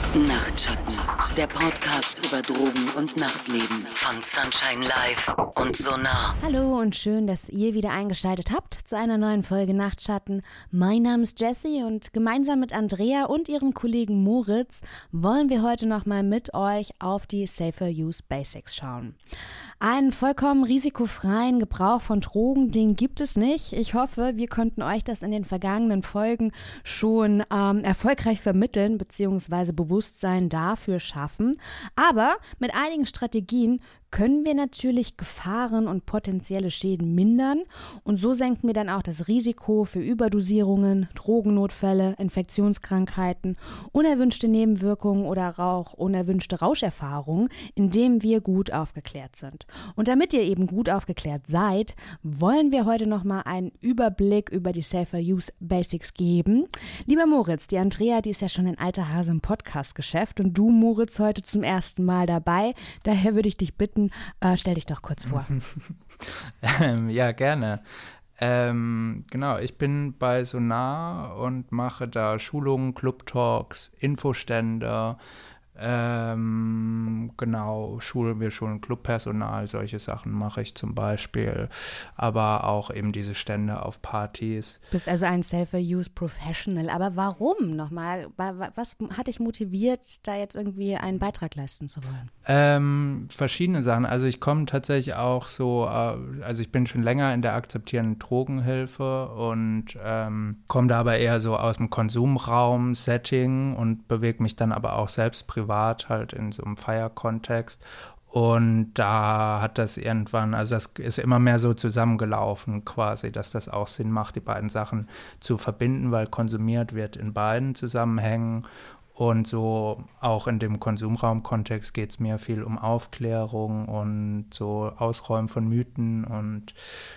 Nachtschatten, der Podcast über Drogen und Nachtleben von Sunshine Live und Sonar. Hallo und schön, dass ihr wieder eingeschaltet habt zu einer neuen Folge Nachtschatten. Mein Name ist Jessie und gemeinsam mit Andrea und ihrem Kollegen Moritz wollen wir heute nochmal mit euch auf die Safer Use Basics schauen. Einen vollkommen risikofreien Gebrauch von Drogen, den gibt es nicht. Ich hoffe, wir konnten euch das in den vergangenen Folgen schon erfolgreich vermitteln bzw. Bewusstsein dafür schaffen. Aber mit einigen Strategien können wir natürlich Gefahren und potenzielle Schäden mindern und so senken wir dann auch das Risiko für Überdosierungen, Drogennotfälle, Infektionskrankheiten, unerwünschte Nebenwirkungen oder auch unerwünschte Rauscherfahrungen, indem wir gut aufgeklärt sind. Und damit ihr eben gut aufgeklärt seid, wollen wir heute nochmal einen Überblick über die Safer Use Basics geben. Lieber Moritz, die Andrea, die ist ja schon ein alter Hase im Podcast-Geschäft und du, Moritz, heute zum ersten Mal dabei. Daher würde ich dich bitten, stell dich doch kurz vor. Ja, gerne. Genau, ich bin bei Sonar und mache da Schulungen, Club-Talks, Infostände. Genau, wir schulen Clubpersonal, solche Sachen mache ich zum Beispiel, aber auch eben diese Stände auf Partys. Du bist also ein Safer-Use-Professional, aber warum nochmal? Was hat dich motiviert, da jetzt irgendwie einen Beitrag leisten zu wollen? Verschiedene Sachen, also ich komme tatsächlich auch so, also ich bin schon länger in der akzeptierenden Drogenhilfe und komme da aber eher so aus dem Konsumraum-Setting und bewege mich dann aber auch selbst privat halt in so einem Feierkontext. Und da hat das irgendwann, also das ist immer mehr so zusammengelaufen quasi, dass das auch Sinn macht, die beiden Sachen zu verbinden, weil konsumiert wird in beiden Zusammenhängen. Und so auch in dem Konsumraum-Kontext geht es mir viel um Aufklärung und so Ausräumen von Mythen und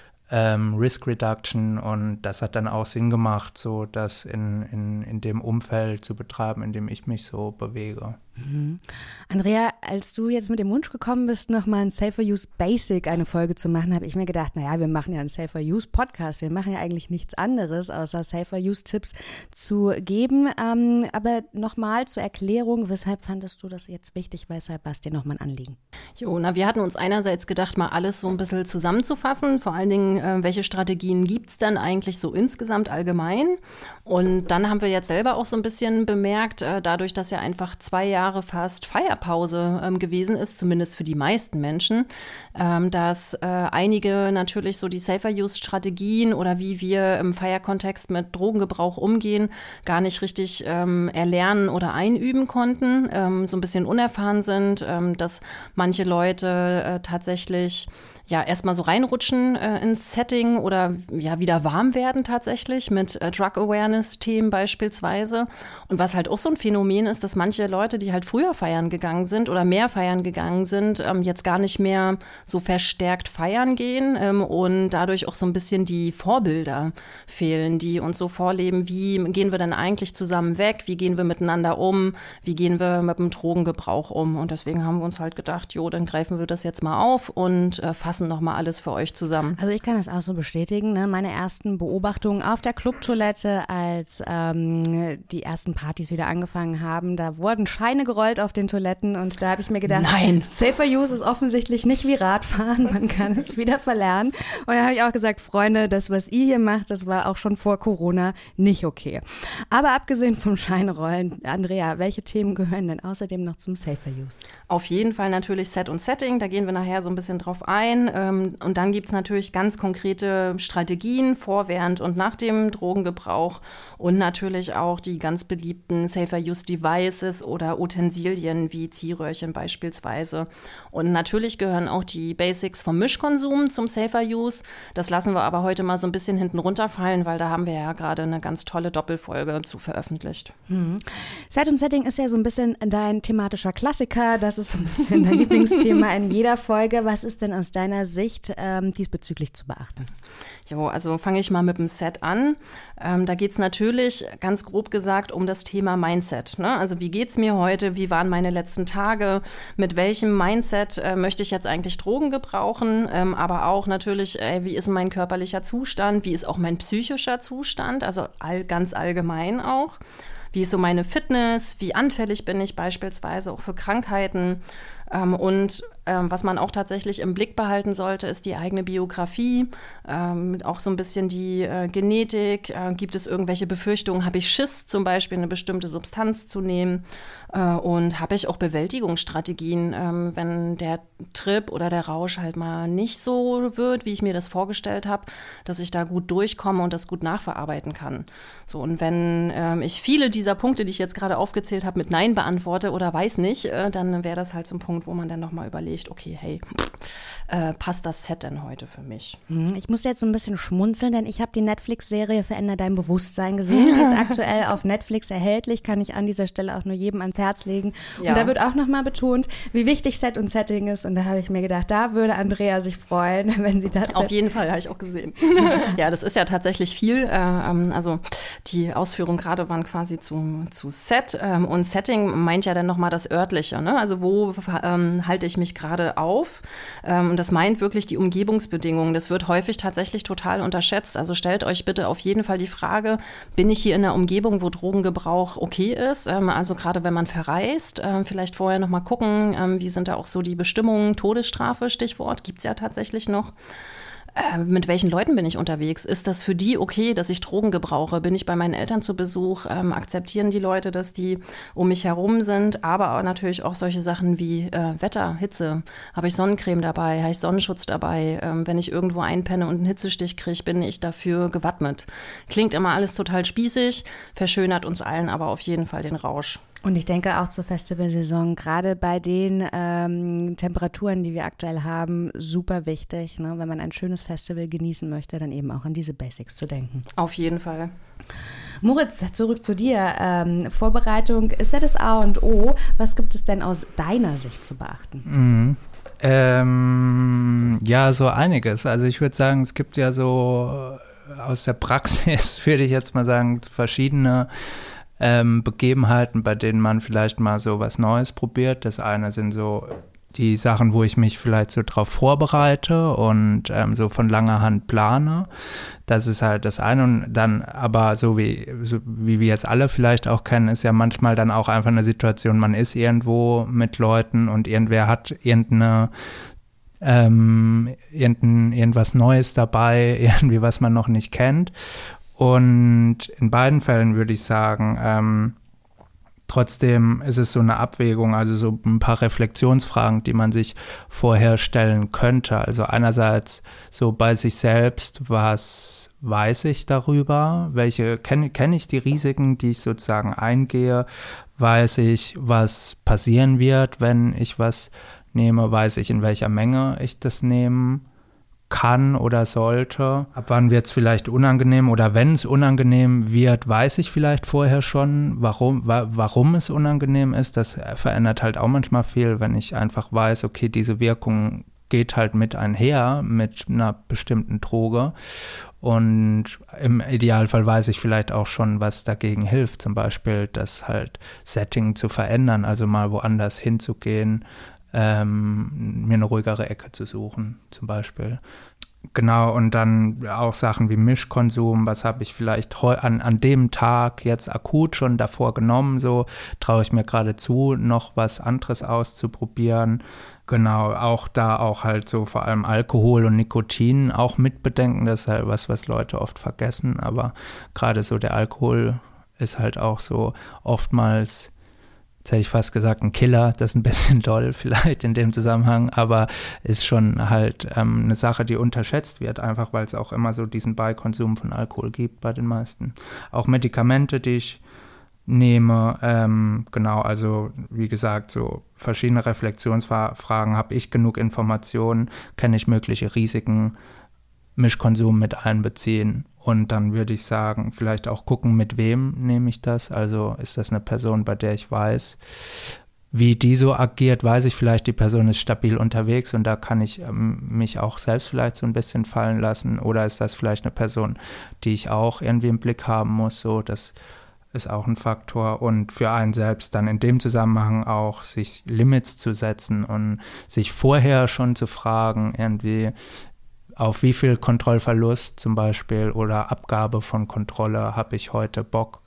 Risk Reduction, und das hat dann auch Sinn gemacht, so das in dem Umfeld zu betreiben, in dem ich mich so bewege. Mhm. Andrea, als du jetzt mit dem Wunsch gekommen bist, nochmal ein Safer Use Basic eine Folge zu machen, habe ich mir gedacht, naja, wir machen ja einen Safer Use Podcast, wir machen ja eigentlich nichts anderes, außer Safer Use Tipps zu geben. Aber nochmal zur Erklärung, weshalb fandest du das jetzt wichtig, weshalb war es dir nochmal ein Anliegen? Jo, wir hatten uns einerseits gedacht, mal alles so ein bisschen zusammenzufassen, vor allen Dingen, welche Strategien gibt es denn eigentlich so insgesamt allgemein? Und dann haben wir jetzt selber auch so ein bisschen bemerkt, dadurch, dass ja einfach 2 Jahre fast Feierpause gewesen ist, zumindest für die meisten Menschen, dass einige natürlich so die Safer-Use-Strategien oder wie wir im Feierkontext mit Drogengebrauch umgehen, gar nicht richtig erlernen oder einüben konnten, so ein bisschen unerfahren sind, dass manche Leute tatsächlich ja erstmal so reinrutschen ins Setting oder ja wieder warm werden tatsächlich mit Drug-Awareness-Themen beispielsweise. Und was halt auch so ein Phänomen ist, dass manche Leute, die halt früher feiern gegangen sind oder mehr feiern gegangen sind, jetzt gar nicht mehr so verstärkt feiern gehen und dadurch auch so ein bisschen die Vorbilder fehlen, die uns so vorleben, wie gehen wir denn eigentlich zusammen weg, wie gehen wir miteinander um, wie gehen wir mit dem Drogengebrauch um. Und deswegen haben wir uns halt gedacht, jo, dann greifen wir das jetzt mal auf und fassen nochmal alles für euch zusammen. Also ich kann das auch so bestätigen, ne? Meine ersten Beobachtungen auf der Clubtoilette, als die ersten Partys wieder angefangen haben, da wurden Scheine gerollt auf den Toiletten und da habe ich mir gedacht, nein, Safer Use ist offensichtlich nicht wie Radfahren, man kann es wieder verlernen. Und da habe ich auch gesagt, Freunde, das, was ihr hier macht, das war auch schon vor Corona nicht okay. Aber abgesehen vom Scheinrollen, Andrea, welche Themen gehören denn außerdem noch zum Safer Use? Auf jeden Fall natürlich Set und Setting, da gehen wir nachher so ein bisschen drauf ein. Und dann gibt es natürlich ganz konkrete Strategien vor, während und nach dem Drogengebrauch und natürlich auch die ganz beliebten Safer-Use-Devices oder Utensilien wie Ziehröhrchen beispielsweise. Und natürlich gehören auch die Basics vom Mischkonsum zum Safer-Use. Das lassen wir aber heute mal so ein bisschen hinten runterfallen, weil da haben wir ja gerade eine ganz tolle Doppelfolge zu veröffentlicht. Set und Setting ist ja so ein bisschen dein thematischer Klassiker. Das ist so ein bisschen dein Lieblingsthema in jeder Folge. Was ist denn aus deiner Sicht diesbezüglich zu beachten? Jo, also fange ich mal mit dem Set an. Da geht es natürlich ganz grob gesagt um das Thema Mindset. Ne? Also wie geht es mir heute? Wie waren meine letzten Tage? Mit welchem Mindset möchte ich jetzt eigentlich Drogen gebrauchen? Aber auch natürlich, wie ist mein körperlicher Zustand? Wie ist auch mein psychischer Zustand? Also ganz allgemein auch. Wie ist so meine Fitness? Wie anfällig bin ich beispielsweise auch für Krankheiten? Und was man auch tatsächlich im Blick behalten sollte, ist die eigene Biografie, auch so ein bisschen die Genetik. Gibt es irgendwelche Befürchtungen? Habe ich Schiss, zum Beispiel eine bestimmte Substanz zu nehmen? Und habe ich auch Bewältigungsstrategien, wenn der Trip oder der Rausch halt mal nicht so wird, wie ich mir das vorgestellt habe, dass ich da gut durchkomme und das gut nachverarbeiten kann. So, und wenn ich viele dieser Punkte, die ich jetzt gerade aufgezählt habe, mit Nein beantworte oder weiß nicht, dann wäre das halt so ein Punkt, wo man dann nochmal überlegt, okay, hey, passt das Set denn heute für mich? Ich muss jetzt so ein bisschen schmunzeln, denn ich habe die Netflix-Serie Veränder dein Bewusstsein gesehen. Die ist aktuell auf Netflix erhältlich, kann ich an dieser Stelle auch nur jedem ans Herz legen. Ja. Und da wird auch nochmal betont, wie wichtig Set und Setting ist. Und da habe ich mir gedacht, da würde Andrea sich freuen, wenn sie das... Auf jeden Fall, habe ich auch gesehen. Ja, das ist ja tatsächlich viel. Also die Ausführungen gerade waren quasi zu Set. Und Setting meint ja dann nochmal das Örtliche, ne? Also wo halte ich mich gerade auf? Und das meint wirklich die Umgebungsbedingungen. Das wird häufig tatsächlich total unterschätzt. Also stellt euch bitte auf jeden Fall die Frage, bin ich hier in einer Umgebung, wo Drogengebrauch okay ist? Also gerade wenn man verreist, vielleicht vorher noch mal gucken, wie sind da auch so die Bestimmungen, Todesstrafe, Stichwort, gibt es ja tatsächlich noch. Mit welchen Leuten bin ich unterwegs? Ist das für die okay, dass ich Drogen gebrauche? Bin ich bei meinen Eltern zu Besuch? Akzeptieren die Leute, dass die um mich herum sind? Aber auch natürlich auch solche Sachen wie Wetter, Hitze. Habe ich Sonnencreme dabei? Habe ich Sonnenschutz dabei? Wenn ich irgendwo einpenne und einen Hitzestich kriege, bin ich dafür gewappnet. Klingt immer alles total spießig, verschönert uns allen aber auf jeden Fall den Rausch. Und ich denke auch zur Festivalsaison, gerade bei den Temperaturen, die wir aktuell haben, super wichtig, ne? Wenn man ein schönes Festival genießen möchte, dann eben auch an diese Basics zu denken. Auf jeden Fall. Moritz, zurück zu dir. Vorbereitung ist ja das A und O. Was gibt es denn aus deiner Sicht zu beachten? Ja, so einiges. Also ich würde sagen, es gibt ja so aus der Praxis, würde ich jetzt mal sagen, verschiedene Begebenheiten, bei denen man vielleicht mal so was Neues probiert. Das eine sind so die Sachen, wo ich mich vielleicht so drauf vorbereite und so von langer Hand plane. Das ist halt das eine. Und dann aber so wie wir jetzt alle vielleicht auch kennen, ist ja manchmal dann auch einfach eine Situation, man ist irgendwo mit Leuten und irgendwer hat irgendwas Neues dabei, irgendwie was man noch nicht kennt. Und in beiden Fällen würde ich sagen, trotzdem ist es so eine Abwägung, also so ein paar Reflexionsfragen, die man sich vorher stellen könnte. Also einerseits so bei sich selbst, was weiß ich darüber? Welche kenne ich die Risiken, die ich sozusagen eingehe? Weiß ich, was passieren wird, wenn ich was nehme? Weiß ich, in welcher Menge ich das nehmen kann oder sollte. Ab wann wird es vielleicht unangenehm oder wenn es unangenehm wird, weiß ich vielleicht vorher schon, warum es unangenehm ist. Das verändert halt auch manchmal viel, wenn ich einfach weiß, okay, diese Wirkung geht halt mit einher mit einer bestimmten Droge. Und im Idealfal weiß ich vielleicht auch schon, was dagegen hilft. Zum Beispiel das halt Setting zu verändern, also mal woanders hinzugehen, mir eine ruhigere Ecke zu suchen, zum Beispiel. Genau, und dann auch Sachen wie Mischkonsum, was habe ich vielleicht an dem Tag jetzt akut schon davor genommen, so traue ich mir gerade zu, noch was anderes auszuprobieren. Genau, auch halt so vor allem Alkohol und Nikotin auch mitbedenken, das ist halt was Leute oft vergessen, aber gerade so der Alkohol ist halt auch so oftmals, jetzt hätte ich fast gesagt, ein Killer, das ist ein bisschen doll vielleicht in dem Zusammenhang, aber ist schon halt eine Sache, die unterschätzt wird, einfach weil es auch immer so diesen Beikonsum von Alkohol gibt bei den meisten. Auch Medikamente, die ich nehme, genau, also wie gesagt, so verschiedene Reflexionsfragen, habe ich genug Informationen, kenne ich mögliche Risiken, Mischkonsum mit einbeziehen. Und dann würde ich sagen, vielleicht auch gucken, mit wem nehme ich das. Also ist das eine Person, bei der ich weiß, wie die so agiert, weiß ich vielleicht, die Person ist stabil unterwegs und da kann ich mich auch selbst vielleicht so ein bisschen fallen lassen. Oder ist das vielleicht eine Person, die ich auch irgendwie im Blick haben muss, so, das ist auch ein Faktor. Und für einen selbst dann in dem Zusammenhang auch sich Limits zu setzen und sich vorher schon zu fragen, irgendwie, auf wie viel Kontrollverlust zum Beispiel oder Abgabe von Kontrolle habe ich heute Bock,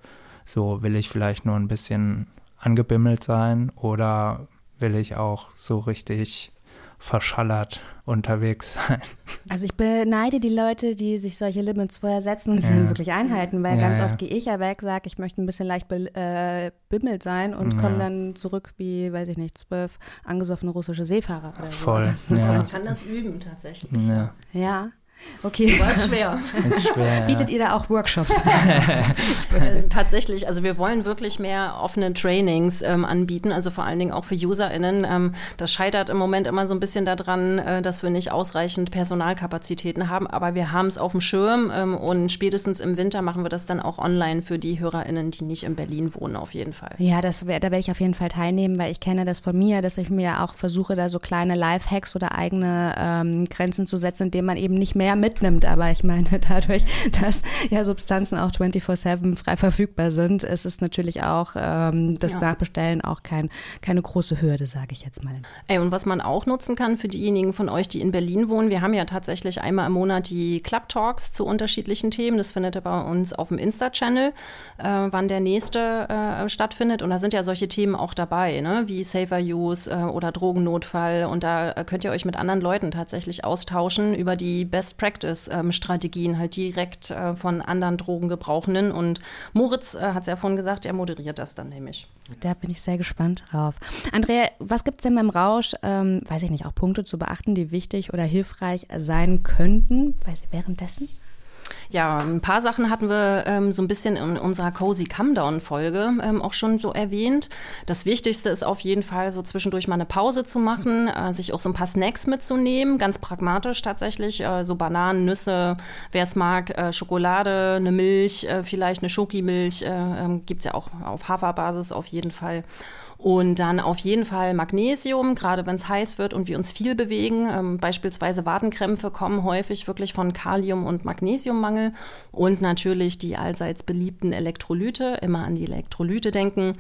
So, will ich vielleicht nur ein bisschen angebimmelt sein oder will ich auch so richtig verschallert unterwegs sein? Also ich beneide die Leute, die sich solche Limits vorher setzen und sie dann wirklich einhalten, weil ganz oft gehe ich ja weg, sage, ich möchte ein bisschen leicht bimmelt sein und komme dann zurück wie, weiß ich nicht, 12 angesoffene russische Seefahrer oder so. Voll, Man kann das üben tatsächlich. Ja. Okay. War schwer. Ist schwer, Bietet ihr da auch Workshops? Tatsächlich, also wir wollen wirklich mehr offene Trainings anbieten, also vor allen Dingen auch für UserInnen. Das scheitert im Moment immer so ein bisschen daran, dass wir nicht ausreichend Personalkapazitäten haben, aber wir haben es auf dem Schirm und spätestens im Winter machen wir das dann auch online für die HörerInnen, die nicht in Berlin wohnen, auf jeden Fall. Ja, da werde ich auf jeden Fall teilnehmen, weil ich kenne das von mir, dass ich mir auch versuche, da so kleine Lifehacks oder eigene Grenzen zu setzen, indem man eben nicht mehr mitnimmt, aber ich meine, dadurch, dass ja Substanzen auch 24/7 frei verfügbar sind, ist es natürlich auch das Nachbestellen auch keine große Hürde, sage ich jetzt mal. Und was man auch nutzen kann für diejenigen von euch, die in Berlin wohnen, wir haben ja tatsächlich einmal im Monat die Club Talks zu unterschiedlichen Themen, das findet ihr bei uns auf dem Insta-Channel, wann der nächste stattfindet und da sind ja solche Themen auch dabei, ne? Wie Safer Use oder Drogennotfall und da könnt ihr euch mit anderen Leuten tatsächlich austauschen über die Best-Practice-Strategien halt direkt von anderen Drogengebrauchenden. Und Moritz hat es ja vorhin gesagt, er moderiert das dann nämlich. Da bin ich sehr gespannt drauf. Andrea, was gibt es denn beim Rausch, weiß ich nicht, auch Punkte zu beachten, die wichtig oder hilfreich sein könnten, währenddessen? Ja, ein paar Sachen hatten wir so ein bisschen in unserer Cozy Come-Down-Folge auch schon so erwähnt. Das Wichtigste ist auf jeden Fall, so zwischendurch mal eine Pause zu machen, sich auch so ein paar Snacks mitzunehmen, ganz pragmatisch tatsächlich, so Bananen, Nüsse, wer es mag, Schokolade, eine Milch, vielleicht eine Schokimilch, gibt es ja auch auf Haferbasis auf jeden Fall. Und dann auf jeden Fall Magnesium, gerade wenn es heiß wird und wir uns viel bewegen. Beispielsweise Wadenkrämpfe kommen häufig wirklich von Kalium- und Magnesiummangel. Und natürlich die allseits beliebten Elektrolyte, immer an die Elektrolyte denken.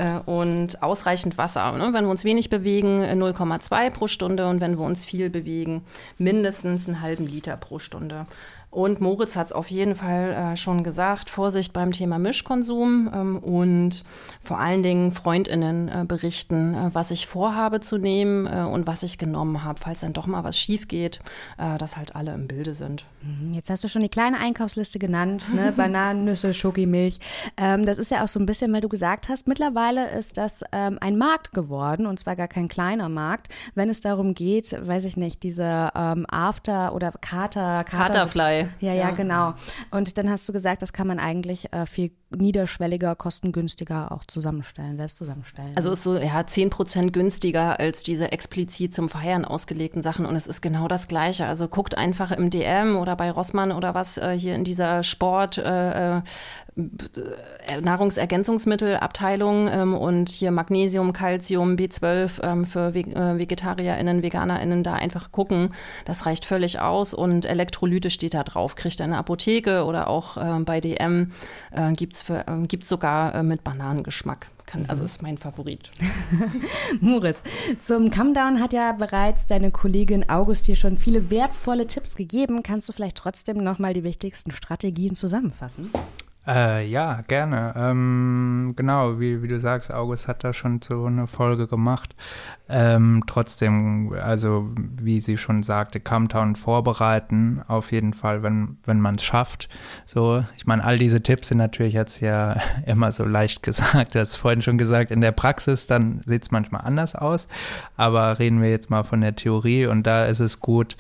Und ausreichend Wasser. Ne? Wenn wir uns wenig bewegen, 0,2 pro Stunde. Und wenn wir uns viel bewegen, mindestens einen halben Liter pro Stunde. Und Moritz hat es auf jeden Fall schon gesagt, Vorsicht beim Thema Mischkonsum und vor allen Dingen FreundInnen berichten, was ich vorhabe zu nehmen und was ich genommen habe, falls dann doch mal was schief geht, dass halt alle im Bilde sind. Jetzt hast du schon die kleine Einkaufsliste genannt, ne? Bananen, Nüsse, Schokimilch. Das ist ja auch so ein bisschen, weil du gesagt hast, mittlerweile ist das ein Markt geworden und zwar gar kein kleiner Markt, wenn es darum geht, weiß ich nicht, diese After- oder Katerfly. Ja, genau. Und dann hast du gesagt, das kann man eigentlich viel niederschwelliger, kostengünstiger auch selbst zusammenstellen. Also ist so 10% günstiger als diese explizit zum Feiern ausgelegten Sachen und es ist genau das Gleiche. Also guckt einfach im DM oder bei Rossmann oder was hier in dieser Sport Nahrungsergänzungsmittelabteilung und hier Magnesium, Calcium, B12 für VegetarierInnen, VeganerInnen da einfach gucken. Das reicht völlig aus und Elektrolyte steht da drauf. Kriegt ihr in der Apotheke oder auch bei DM gibt's sogar mit Bananengeschmack. Also ist mein Favorit. Moritz, zum Come-Down hat ja bereits deine Kollegin August hier schon viele wertvolle Tipps gegeben. Kannst du vielleicht trotzdem nochmal die wichtigsten Strategien zusammenfassen? Ja, gerne. Genau, wie du sagst, August hat da schon so eine Folge gemacht. Trotzdem, also wie sie schon sagte, Come-Down vorbereiten, auf jeden Fall, wenn man es schafft. So, ich meine, all diese Tipps sind natürlich jetzt ja immer so leicht gesagt. Du hast vorhin schon gesagt, in der Praxis, dann sieht es manchmal anders aus. Aber reden wir jetzt mal von der Theorie und da ist es gut,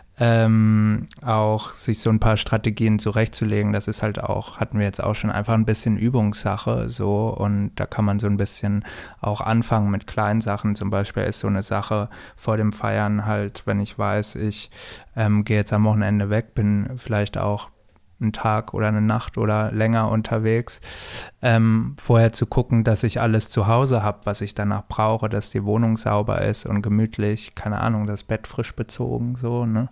auch sich so ein paar Strategien zurechtzulegen, das ist halt auch, hatten wir jetzt auch schon, einfach ein bisschen Übungssache so und da kann man so ein bisschen auch anfangen mit kleinen Sachen, zum Beispiel ist so eine Sache vor dem Feiern halt, wenn ich weiß, ich gehe jetzt am Wochenende weg, bin vielleicht auch einen Tag oder eine Nacht oder länger unterwegs, vorher zu gucken, dass ich alles zu Hause habe, was ich danach brauche, dass die Wohnung sauber ist und gemütlich, keine Ahnung, das Bett frisch bezogen, so, ne?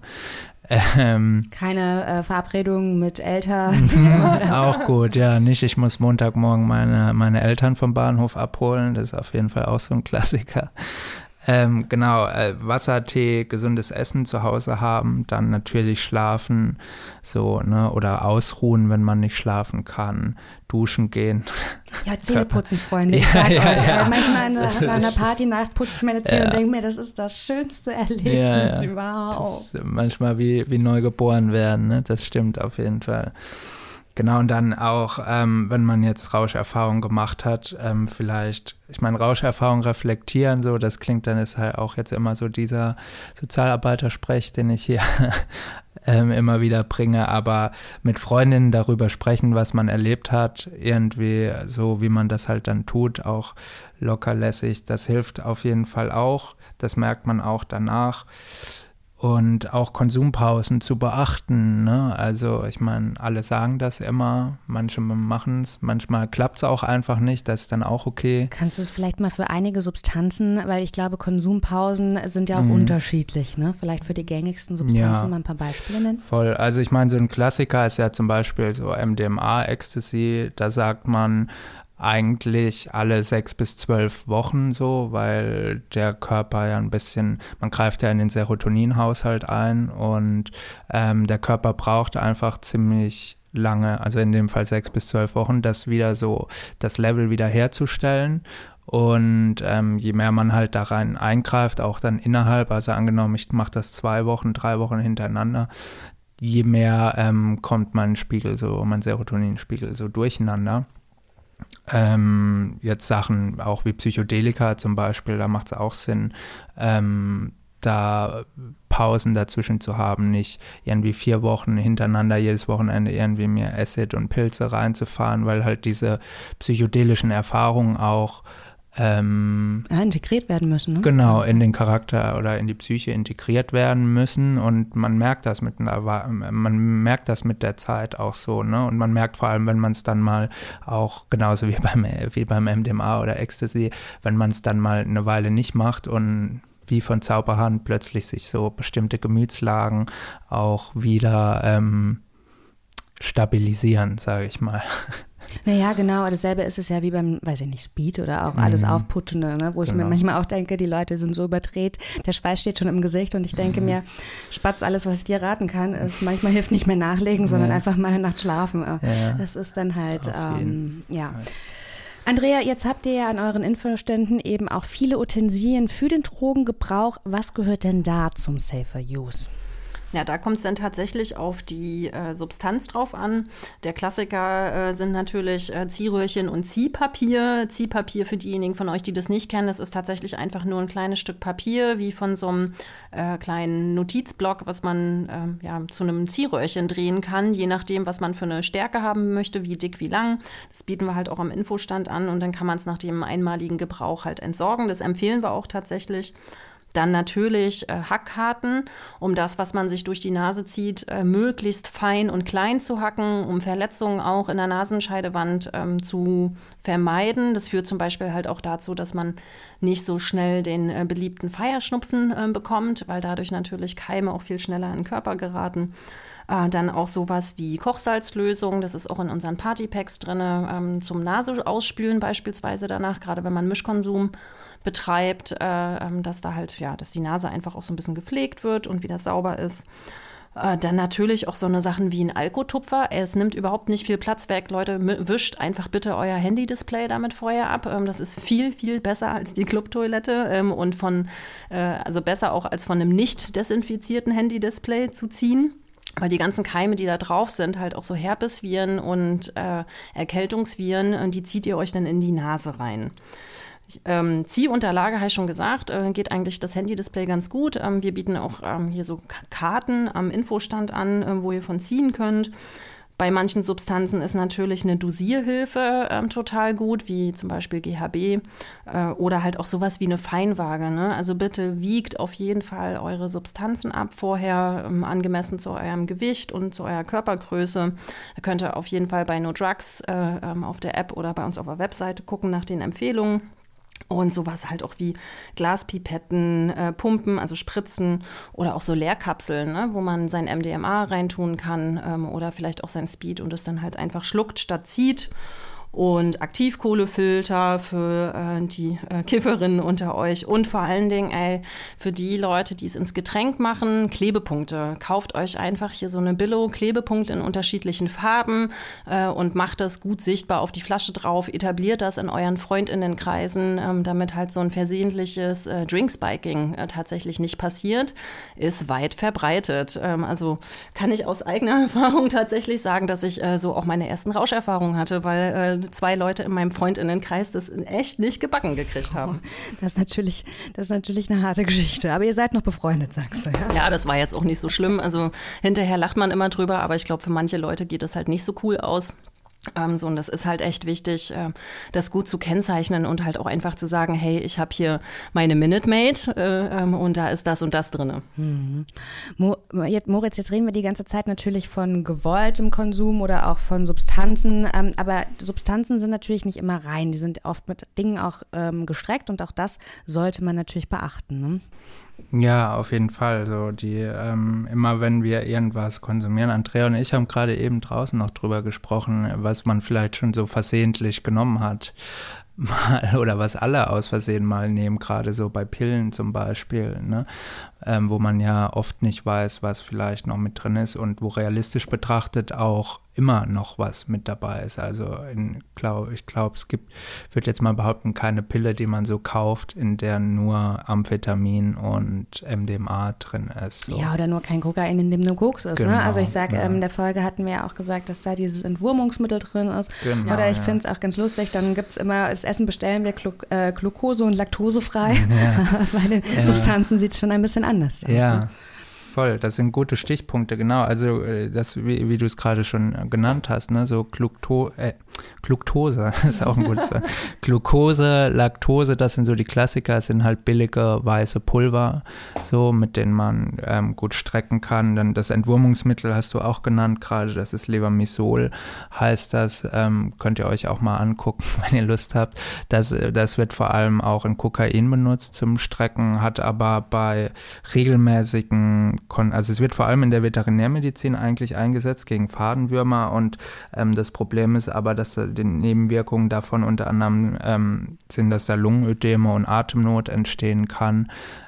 Keine Verabredung mit Eltern. Auch gut, ja, nicht, ich muss Montagmorgen meine Eltern vom Bahnhof abholen, das ist auf jeden Fall auch so ein Klassiker. Genau, Wasser, Tee, gesundes Essen zu Hause haben, dann natürlich schlafen, so, ne, oder ausruhen, wenn man nicht schlafen kann, duschen gehen. Ja, Zähne putzen, Freunde. Ich sag euch, manchmal nach einer Partynacht putze ich meine Zähne und denke mir, das ist das schönste Erlebnis überhaupt. Das ist manchmal wie neu geboren werden, ne? Das stimmt auf jeden Fall. Genau, und dann auch, wenn man jetzt Rauscherfahrung gemacht hat, vielleicht, ich meine, Rauscherfahrung reflektieren, so, das klingt dann, ist halt auch jetzt immer so dieser Sozialarbeitersprech, den ich hier immer wieder bringe, aber mit Freundinnen darüber sprechen, was man erlebt hat, irgendwie so, wie man das halt dann tut, auch lockerlässig, das hilft auf jeden Fall auch, das merkt man auch danach. Und auch Konsumpausen zu beachten, ne? Also ich meine, alle sagen das immer, manche machen es, manchmal klappt es auch einfach nicht, das ist dann auch okay. Kannst du es vielleicht mal für einige Substanzen, weil ich glaube, Konsumpausen sind ja auch unterschiedlich, ne? Vielleicht für die gängigsten Substanzen mal ein paar Beispiele nennen? Voll, also ich meine, so ein Klassiker ist ja zum Beispiel so MDMA, Ecstasy, da sagt man, eigentlich alle 6 bis 12 Wochen so, weil der Körper ja ein bisschen, man greift ja in den Serotoninhaushalt ein und der Körper braucht einfach ziemlich lange, also in dem Fall 6 bis 12 Wochen, das wieder so, das Level wieder herzustellen. Und je mehr man halt da rein eingreift, auch dann innerhalb, also angenommen, ich mache das 2 Wochen, 3 Wochen hintereinander, je mehr kommt mein Spiegel so, mein Serotoninspiegel so durcheinander. Jetzt Sachen auch wie Psychedelika zum Beispiel, da macht es auch Sinn, da Pausen dazwischen zu haben, nicht irgendwie 4 Wochen hintereinander jedes Wochenende irgendwie mir Acid und Pilze reinzufahren, weil halt diese psychedelischen Erfahrungen auch integriert werden müssen, ne? Genau, in den Charakter oder in die Psyche integriert werden müssen und man merkt das mit der Zeit auch so, ne? Und man merkt vor allem, wenn man es dann mal auch genauso wie beim MDMA oder Ecstasy, wenn man es dann mal eine Weile nicht macht und wie von Zauberhand plötzlich sich so bestimmte Gemütslagen auch wieder stabilisieren, sage ich mal. Naja, genau, dasselbe ist es ja wie beim, weiß ich nicht, Speed oder auch alles Aufputschende, ne? Wo ich mir manchmal auch denke, die Leute sind so überdreht, der Schweiß steht schon im Gesicht und ich denke mir, Spatz, alles, was ich dir raten kann, ist, manchmal hilft nicht mehr nachlegen, sondern einfach mal eine Nacht schlafen. Das ist dann halt, Andrea, jetzt habt ihr ja an euren Infoständen eben auch viele Utensilien für den Drogengebrauch. Was gehört denn da zum Safer Use? Ja, da kommt es dann tatsächlich auf die Substanz drauf an. Der Klassiker sind natürlich Ziehröhrchen und Ziehpapier. Ziehpapier für diejenigen von euch, die das nicht kennen, das ist tatsächlich einfach nur ein kleines Stück Papier, wie von so einem kleinen Notizblock, was man zu einem Ziehröhrchen drehen kann, je nachdem, was man für eine Stärke haben möchte, wie dick, wie lang. Das bieten wir halt auch am Infostand an und dann kann man es nach dem einmaligen Gebrauch halt entsorgen. Das empfehlen wir auch tatsächlich. Dann natürlich Hackkarten, um das, was man sich durch die Nase zieht, möglichst fein und klein zu hacken, um Verletzungen auch in der Nasenscheidewand zu vermeiden. Das führt zum Beispiel halt auch dazu, dass man nicht so schnell den beliebten Feierschnupfen bekommt, weil dadurch natürlich Keime auch viel schneller in den Körper geraten. Dann auch sowas wie Kochsalzlösung, das ist auch in unseren Partypacks drin, zum Nase ausspülen beispielsweise danach, gerade wenn man Mischkonsum betreibt, dass da halt, dass die Nase einfach auch so ein bisschen gepflegt wird und wieder sauber ist. Dann natürlich auch so eine Sachen wie ein Alkotupfer. Es nimmt überhaupt nicht viel Platz weg. Leute, wischt einfach bitte euer Handy-Display damit vorher ab. Das ist viel, viel besser als die Clubtoilette und also besser auch als von einem nicht desinfizierten Handy-Display zu ziehen. Weil die ganzen Keime, die da drauf sind, halt auch so Herpesviren und Erkältungsviren, die zieht ihr euch dann in die Nase rein. Ziehunterlage, habe ich schon gesagt, geht eigentlich das Handy-Display ganz gut. Wir bieten auch hier so Karten am Infostand an, wo ihr von ziehen könnt. Bei manchen Substanzen ist natürlich eine Dosierhilfe total gut, wie zum Beispiel GHB oder halt auch sowas wie eine Feinwaage, ne? Also bitte wiegt auf jeden Fall eure Substanzen ab, vorher angemessen zu eurem Gewicht und zu eurer Körpergröße. Da könnt ihr auf jeden Fall bei No Drugs auf der App oder bei uns auf der Webseite gucken nach den Empfehlungen. Und sowas halt auch wie Glaspipetten, Pumpen, also Spritzen oder auch so Leerkapseln, ne, wo man sein MDMA reintun kann oder vielleicht auch sein Speed und es dann halt einfach schluckt statt zieht. und Aktivkohlefilter für die Kifferinnen unter euch und vor allen Dingen für die Leute, die es ins Getränk machen, Klebepunkte. Kauft euch einfach hier so eine Billo-Klebepunkte in unterschiedlichen Farben und macht das gut sichtbar auf die Flasche drauf, etabliert das in euren Freundinnenkreisen, damit halt so ein versehentliches Drinkspiking tatsächlich nicht passiert, ist weit verbreitet. Also kann ich aus eigener Erfahrung tatsächlich sagen, dass ich so auch meine ersten Rauscherfahrungen hatte, weil 2 Leute in meinem Freundinnenkreis das echt nicht gebacken gekriegt haben. Das ist natürlich eine harte Geschichte. Aber ihr seid noch befreundet, sagst du, ja? Ja, das war jetzt auch nicht so schlimm. Also hinterher lacht man immer drüber, aber ich glaube, für manche Leute geht das halt nicht so cool aus. Und das ist halt echt wichtig, das gut zu kennzeichnen und halt auch einfach zu sagen, hey, ich habe hier meine Minute Maid und da ist das und das drin. Moritz, jetzt reden wir die ganze Zeit natürlich von gewolltem Konsum oder auch von Substanzen, aber Substanzen sind natürlich nicht immer rein, die sind oft mit Dingen auch gestreckt und auch das sollte man natürlich beachten, ne? Ja, auf jeden Fall. So immer wenn wir irgendwas konsumieren, Andrea und ich haben gerade eben draußen noch drüber gesprochen, was man vielleicht schon so versehentlich genommen hat. Mal, oder was alle aus Versehen mal nehmen, gerade so bei Pillen zum Beispiel, ne? Wo man ja oft nicht weiß, was vielleicht noch mit drin ist und wo realistisch betrachtet auch immer noch was mit dabei ist. Also ich glaube, es gibt, ich würde jetzt mal behaupten, keine Pille, die man so kauft, in der nur Amphetamin und MDMA drin ist. So. Ja, oder nur kein Kokain, in dem nur Koks ist. Genau, ne? Also ich sage, ja. In der Folge hatten wir ja auch gesagt, dass da dieses Entwurmungsmittel drin ist. Genau, oder ich finde es auch ganz lustig, dann gibt es immer, das Essen bestellen wir Glucose- und laktosefrei. Ja. Bei den Substanzen sieht es schon ein bisschen anders aus. Ja. Ne? Voll, das sind gute Stichpunkte, genau. Also das, wie du es gerade schon genannt hast, ne, so Glucose, ist auch ein gutes Wort. Glucose, Laktose, das sind so die Klassiker, es sind halt billige weiße Pulver, so, mit denen man gut strecken kann. Dann das Entwurmungsmittel hast du auch genannt gerade, das ist Levamisol, heißt das, könnt ihr euch auch mal angucken, wenn ihr Lust habt. Das wird vor allem auch in Kokain benutzt zum Strecken, hat aber bei regelmäßigen also es wird vor allem in der Veterinärmedizin eigentlich eingesetzt gegen Fadenwürmer und das Problem ist aber, dass die Nebenwirkungen davon unter anderem sind, dass da Lungenödeme und Atemnot entstehen kann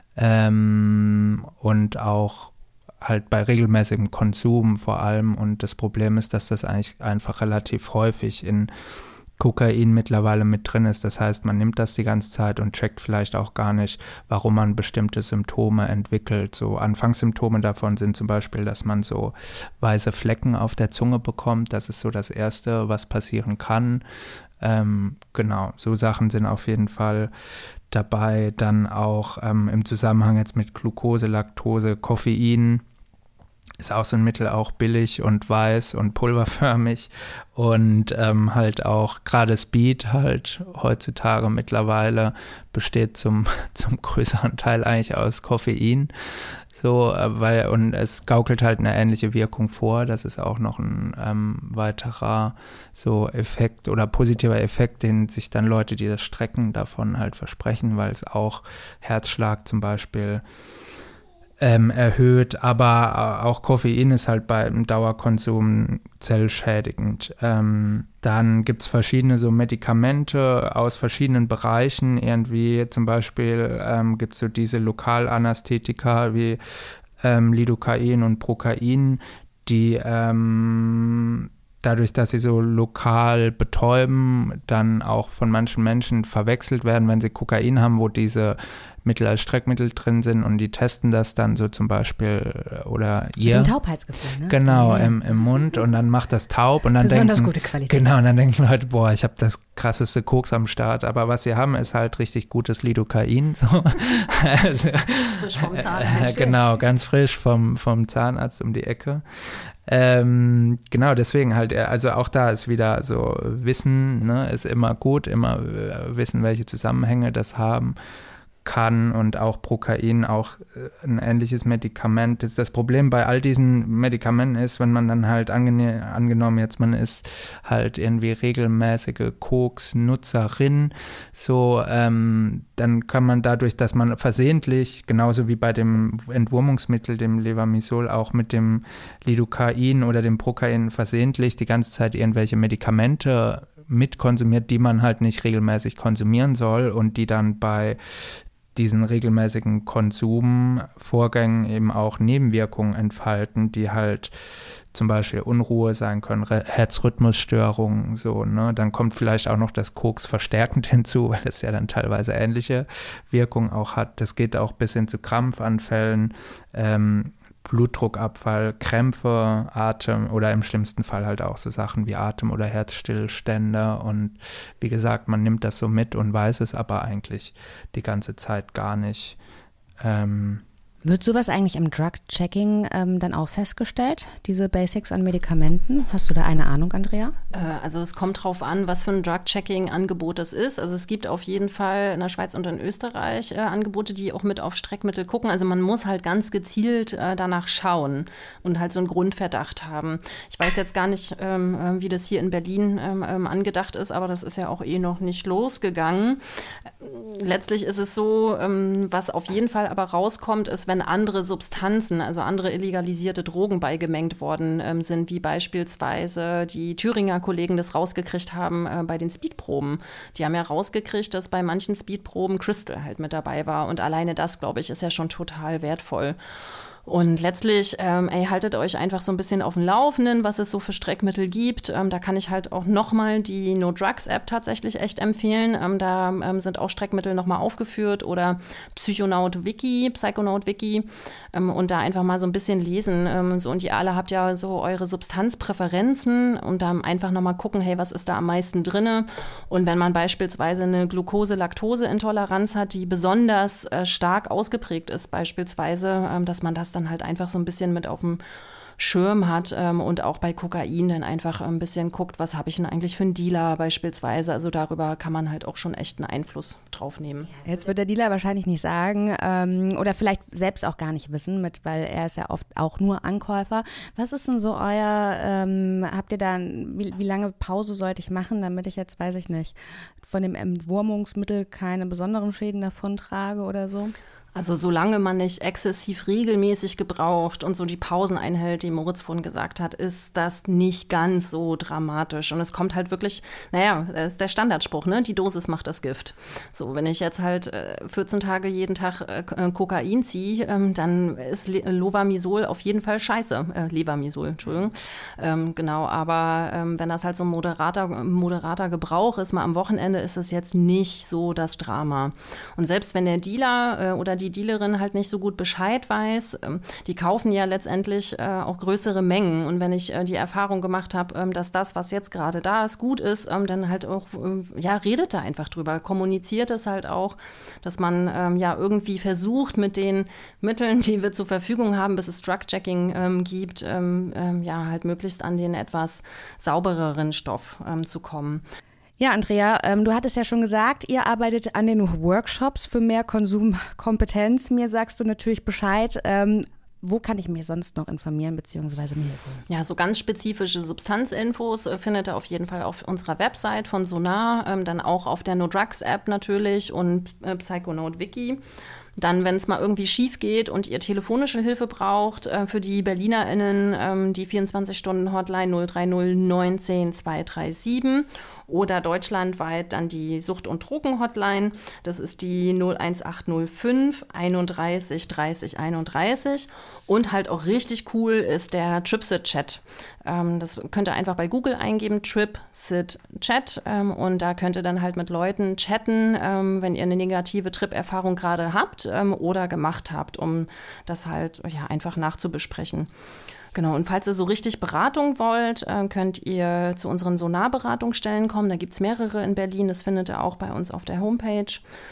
und auch halt bei regelmäßigem Konsum vor allem, und das Problem ist, dass das eigentlich einfach relativ häufig in Kokain mittlerweile mit drin ist. Das heißt, man nimmt das die ganze Zeit und checkt vielleicht auch gar nicht, warum man bestimmte Symptome entwickelt. So Anfangssymptome davon sind zum Beispiel, dass man so weiße Flecken auf der Zunge bekommt. Das ist so das Erste, was passieren kann. Genau, so Sachen sind auf jeden Fall dabei. Dann auch im Zusammenhang jetzt mit Glucose, Laktose, Koffein. Ist auch so ein Mittel, auch billig und weiß und pulverförmig und halt auch gerade Speed halt heutzutage mittlerweile besteht zum größeren Teil eigentlich aus Koffein, so, und es gaukelt halt eine ähnliche Wirkung vor. Das ist auch noch ein weiterer so Effekt oder positiver Effekt, den sich dann Leute, die das strecken, davon halt versprechen, weil es auch Herzschlag zum Beispiel erhöht, aber auch Koffein ist halt beim Dauerkonsum zellschädigend. Dann gibt es verschiedene so Medikamente aus verschiedenen Bereichen, irgendwie zum Beispiel gibt es so diese Lokalanästhetika wie Lidocain und Procain, die dadurch, dass sie so lokal betäuben, dann auch von manchen Menschen verwechselt werden, wenn sie Kokain haben, wo diese Mittel als Streckmittel drin sind, und die testen das dann so zum Beispiel oder ihr. Mit dem Taubheitsgefühl, ne? Genau, im Mund, und dann macht das taub und dann besonders gute Qualität. Genau, und dann denken Leute, boah, ich habe das krasseste Koks am Start, aber was sie haben, ist halt richtig gutes Lidocain. So. Also, frisch vom Zahnarzt. Genau, ganz frisch vom Zahnarzt um die Ecke. Genau, deswegen halt, also auch da ist wieder so Wissen, ne, ist immer gut, immer wissen, welche Zusammenhänge das haben kann, und auch Procain, auch ein ähnliches Medikament. Das Problem bei all diesen Medikamenten ist, wenn man dann halt angenommen jetzt, man ist halt irgendwie regelmäßige Koks-Nutzerin, so, dann kann man dadurch, dass man versehentlich, genauso wie bei dem Entwurmungsmittel, dem Levamisol, auch mit dem Lidocain oder dem Procain versehentlich die ganze Zeit irgendwelche Medikamente mitkonsumiert, die man halt nicht regelmäßig konsumieren soll und die dann bei diesen regelmäßigen Konsumvorgängen eben auch Nebenwirkungen entfalten, die halt zum Beispiel Unruhe sein können, Herzrhythmusstörungen, so, ne? Dann kommt vielleicht auch noch das Koks verstärkend hinzu, weil es ja dann teilweise ähnliche Wirkungen auch hat. Das geht auch bis hin zu Krampfanfällen, Blutdruckabfall, Krämpfe, Atem oder im schlimmsten Fall halt auch so Sachen wie Atem- oder Herzstillstände. Und wie gesagt, man nimmt das so mit und weiß es aber eigentlich die ganze Zeit gar nicht. Wird sowas eigentlich im Drug-Checking dann auch festgestellt, diese Basics an Medikamenten? Hast du da eine Ahnung, Andrea? Also es kommt drauf an, was für ein Drug-Checking-Angebot das ist. Also es gibt auf jeden Fall in der Schweiz und in Österreich Angebote, die auch mit auf Streckmittel gucken. Also man muss halt ganz gezielt danach schauen und halt so einen Grundverdacht haben. Ich weiß jetzt gar nicht, wie das hier in Berlin angedacht ist, aber das ist ja auch noch nicht losgegangen. Letztlich ist es so, was auf jeden Fall aber rauskommt, ist, wenn andere Substanzen, also andere illegalisierte Drogen beigemengt worden sind, wie beispielsweise die Thüringer Kollegen das rausgekriegt haben bei den Speedproben. Die haben ja rausgekriegt, dass bei manchen Speedproben Crystal halt mit dabei war. Und alleine das, glaube ich, ist ja schon total wertvoll. Und letztlich, haltet euch einfach so ein bisschen auf dem Laufenden, was es so für Streckmittel gibt. Da kann ich halt auch nochmal die No-Drugs-App tatsächlich echt empfehlen. Da sind auch Streckmittel nochmal aufgeführt oder Psychonaut-Wiki. Und da einfach mal so ein bisschen lesen. Und ihr alle habt ja so eure Substanzpräferenzen und da einfach nochmal gucken, hey, was ist da am meisten drinne? Und wenn man beispielsweise eine Glucose-Laktose-Intoleranz hat, die besonders stark ausgeprägt ist, beispielsweise, dass man das dann halt einfach so ein bisschen mit auf dem Schirm hat und auch bei Kokain dann einfach ein bisschen guckt, was habe ich denn eigentlich für einen Dealer beispielsweise. Also darüber kann man halt auch schon echt einen Einfluss drauf nehmen. Jetzt wird der Dealer wahrscheinlich nicht sagen oder vielleicht selbst auch gar nicht wissen, weil er ist ja oft auch nur Ankäufer. Was ist denn so habt ihr da, wie lange Pause sollte ich machen, damit ich jetzt, weiß ich nicht, von dem Entwurmungsmittel keine besonderen Schäden davon trage oder so? Also solange man nicht exzessiv regelmäßig gebraucht und so die Pausen einhält, die Moritz vorhin gesagt hat, ist das nicht ganz so dramatisch. Und es kommt halt wirklich, das ist der Standardspruch, ne? Die Dosis macht das Gift. So, wenn ich jetzt halt 14 Tage jeden Tag Kokain ziehe, dann ist Levamisol auf jeden Fall scheiße. Levamisol, Entschuldigung. Genau, aber wenn das halt so ein moderater Gebrauch ist, mal am Wochenende, ist es jetzt nicht so das Drama. Und selbst wenn der Dealer oder die Dealerin halt nicht so gut Bescheid weiß, die kaufen ja letztendlich auch größere Mengen. Und wenn ich die Erfahrung gemacht habe, dass das, was jetzt gerade da ist, gut ist, dann halt auch, redet da einfach drüber. Kommuniziert es halt auch, dass man irgendwie versucht, mit den Mitteln, die wir zur Verfügung haben, bis es Drug-Checking gibt, halt möglichst an den etwas saubereren Stoff zu kommen. Ja, Andrea, du hattest ja schon gesagt, ihr arbeitet an den Workshops für mehr Konsumkompetenz. Mir sagst du natürlich Bescheid. Wo kann ich mich sonst noch informieren bzw. mir Hilfe? Ja, so ganz spezifische Substanzinfos findet ihr auf jeden Fall auf unserer Website von Sonar, dann auch auf der No-Drugs-App natürlich und Psychonaut-Wiki. Dann, wenn es mal irgendwie schief geht und ihr telefonische Hilfe braucht, für die BerlinerInnen die 24-Stunden-Hotline 030 19 237 oder deutschlandweit dann die Sucht- und Drogen-Hotline. Das ist die 01805 31 30 31. Und halt auch richtig cool ist der TripSit-Chat. Das könnt ihr einfach bei Google eingeben, TripSit-Chat. Und da könnt ihr dann halt mit Leuten chatten, wenn ihr eine negative Trip-Erfahrung gerade habt oder gemacht habt, um das halt einfach nachzubesprechen. Genau, und falls ihr so richtig Beratung wollt, könnt ihr zu unseren Sonar-Beratungsstellen kommen. Da gibt es mehrere in Berlin, das findet ihr auch bei uns auf der Homepage.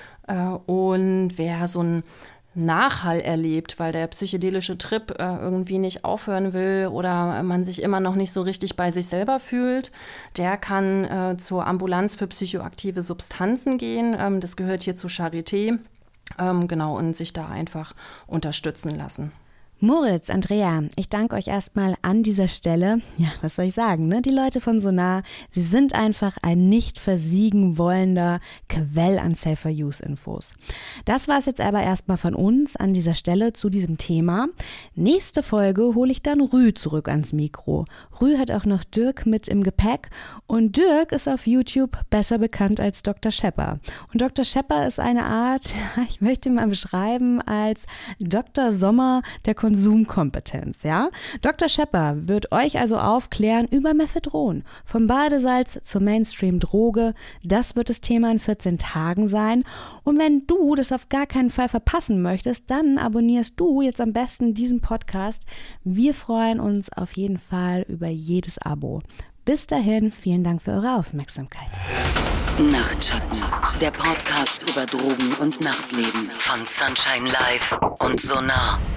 Und wer so ein Nachhall erlebt, weil der psychedelische Trip irgendwie nicht aufhören will oder man sich immer noch nicht so richtig bei sich selber fühlt, der kann zur Ambulanz für psychoaktive Substanzen gehen. Das gehört hier zur Charité. Und sich da einfach unterstützen lassen. Moritz, Andrea, ich danke euch erstmal an dieser Stelle. Ja, was soll ich sagen, ne? Die Leute von Sonar, sie sind einfach ein nicht versiegen wollender Quell an Safer-Use-Infos. Das war es jetzt aber erstmal von uns an dieser Stelle zu diesem Thema. Nächste Folge hole ich dann Rü zurück ans Mikro. Rü hat auch noch Dirk mit im Gepäck und Dirk ist auf YouTube besser bekannt als Dr. Schepper. Und Dr. Schepper ist eine Art, ich möchte ihn mal beschreiben, als Dr. Sommer der Konsumkompetenz, ja? Dr. Schepper wird euch also aufklären über Mephedron, vom Badesalz zur Mainstream-Droge. Das wird das Thema in 14 Tagen sein. Und wenn du das auf gar keinen Fall verpassen möchtest, dann abonnierst du jetzt am besten diesen Podcast. Wir freuen uns auf jeden Fall über jedes Abo. Bis dahin, vielen Dank für eure Aufmerksamkeit. Nachtschatten, der Podcast über Drogen und Nachtleben von Sunshine Live und Sonar.